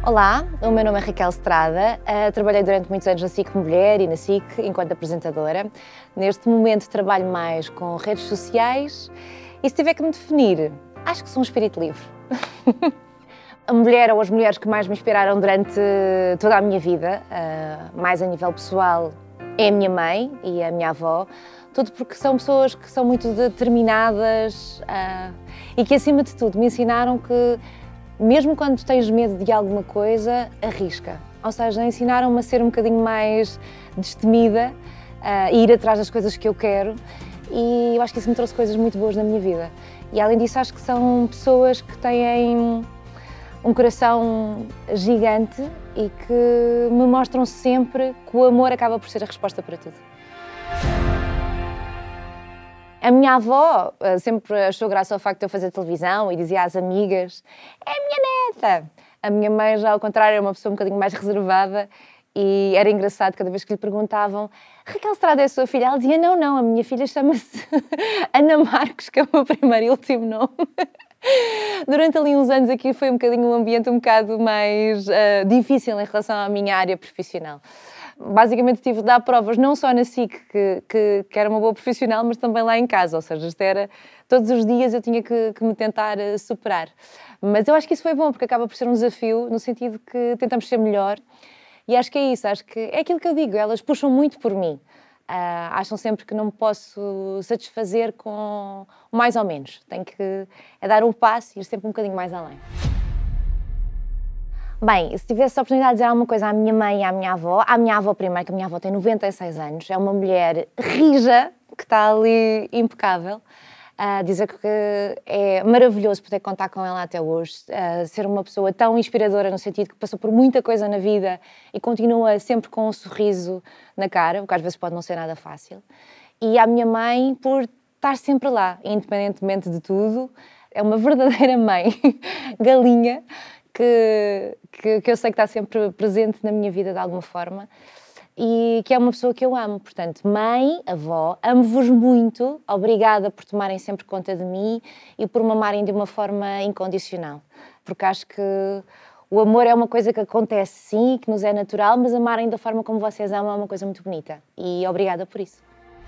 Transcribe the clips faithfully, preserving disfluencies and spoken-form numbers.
Olá, o meu nome é Raquel Estrada, uh, trabalhei durante muitos anos na SIC Mulher e na SIC enquanto apresentadora. Neste momento trabalho mais com redes sociais e se tiver que me definir, acho que sou um espírito livre. A mulher ou as mulheres que mais me inspiraram durante toda a minha vida, uh, mais a nível pessoal, é a minha mãe e a minha avó, tudo porque são pessoas que são muito determinadas uh, e que acima de tudo me ensinaram que mesmo quando tens medo de alguma coisa, arrisca. Ou seja, ensinaram-me a ser um bocadinho mais destemida uh, e ir atrás das coisas que eu quero, e eu acho que isso me trouxe coisas muito boas na minha vida. E além disso, acho que são pessoas que têm um coração gigante e que me mostram sempre que o amor acaba por ser a resposta para tudo. A minha avó sempre achou graça ao facto de eu fazer televisão e dizia às amigas: é a minha neta! A minha mãe, já ao contrário, é uma pessoa um bocadinho mais reservada e era engraçado cada vez que lhe perguntavam: Raquel Estrada é a sua filha? Ela dizia: não, não, a minha filha chama-se Ana Marques, que é o meu primeiro e último nome. Durante ali uns anos aqui foi um bocadinho um ambiente um bocado mais uh, difícil em relação à minha área profissional. Basicamente tive de dar provas não só na SIC, que, que, que era uma boa profissional, mas também lá em casa, ou seja, isto era, todos os dias eu tinha que, que me tentar uh, superar. Mas eu acho que isso foi bom, porque acaba por ser um desafio, no sentido que tentamos ser melhor, e acho que é isso, acho que é aquilo que eu digo, elas puxam muito por mim. Uh, acham sempre que não me posso satisfazer com o mais ou menos. Tenho que é dar um passo e ir sempre um bocadinho mais além. Bem, se tivesse a oportunidade de dizer alguma coisa à minha mãe e à minha avó, à minha avó primeiro, que a minha avó tem noventa e seis anos, é uma mulher rija, que está ali impecável, a uh, dizer que é maravilhoso poder contar com ela até hoje, uh, ser uma pessoa tão inspiradora no sentido que passou por muita coisa na vida e continua sempre com um sorriso na cara, o que às vezes pode não ser nada fácil. E à minha mãe por estar sempre lá, independentemente de tudo, é uma verdadeira mãe, galinha, que, que, que eu sei que está sempre presente na minha vida de alguma forma. E que é uma pessoa que eu amo. Portanto, mãe, avó, amo-vos muito, obrigada por tomarem sempre conta de mim e por me amarem de uma forma incondicional. Porque acho que o amor é uma coisa que acontece sim, que nos é natural, mas amarem da forma como vocês amam é uma coisa muito bonita. E obrigada por isso.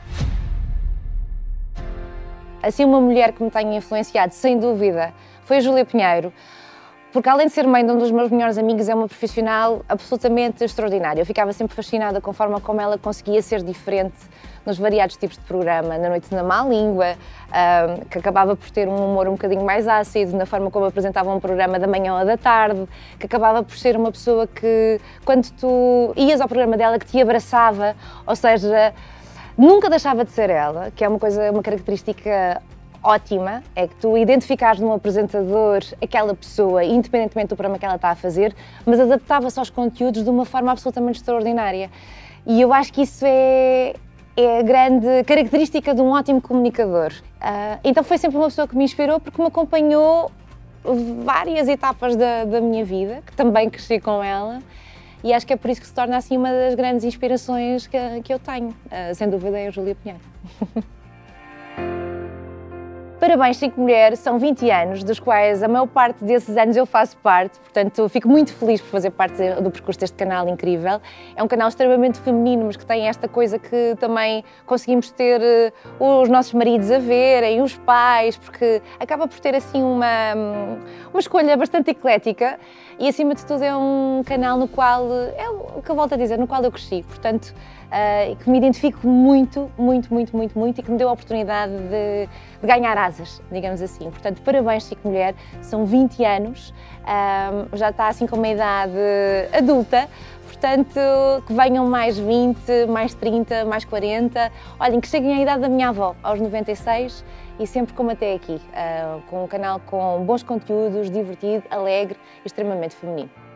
Assim, uma mulher que me tenha influenciado, sem dúvida, foi a Júlia Pinheiro. Porque além de ser mãe de um dos meus melhores amigos, é uma profissional absolutamente extraordinária. Eu ficava sempre fascinada com a forma como ela conseguia ser diferente nos variados tipos de programa, na Noite na Má Língua, um, que acabava por ter um humor um bocadinho mais ácido, na forma como apresentava um programa da manhã ou da tarde, que acabava por ser uma pessoa que, quando tu ias ao programa dela, que te abraçava, ou seja, nunca deixava de ser ela, que é uma coisa, uma característica ótima, é que tu identificares num apresentador aquela pessoa, independentemente do programa que ela está a fazer, mas adaptava-se aos conteúdos de uma forma absolutamente extraordinária. E eu acho que isso é, é a grande característica de um ótimo comunicador. Uh, então foi sempre uma pessoa que me inspirou, porque me acompanhou várias etapas da, da minha vida, que também cresci com ela, e acho que é por isso que se torna assim uma das grandes inspirações que, que eu tenho. Uh, sem dúvida é a Júlia Pinheiro. Parabéns, SIC Mulher, são vinte anos, dos quais a maior parte desses anos eu faço parte, portanto fico muito feliz por fazer parte do percurso deste canal incrível. É um canal extremamente feminino, mas que tem esta coisa que também conseguimos ter os nossos maridos a verem, os pais, porque acaba por ter assim uma, uma escolha bastante eclética e acima de tudo é um canal no qual, é o que eu volto a dizer, no qual eu cresci, portanto, Uh, que me identifico muito, muito, muito, muito, muito e que me deu a oportunidade de, de ganhar asas, digamos assim. Portanto, parabéns, SIC Mulher, são vinte anos, uh, já está assim com uma idade adulta, portanto, que venham mais vinte, mais trinta, mais quarenta, olhem, que cheguem à idade da minha avó, aos noventa e seis, e sempre como até aqui, uh, com um canal com bons conteúdos, divertido, alegre e extremamente feminino.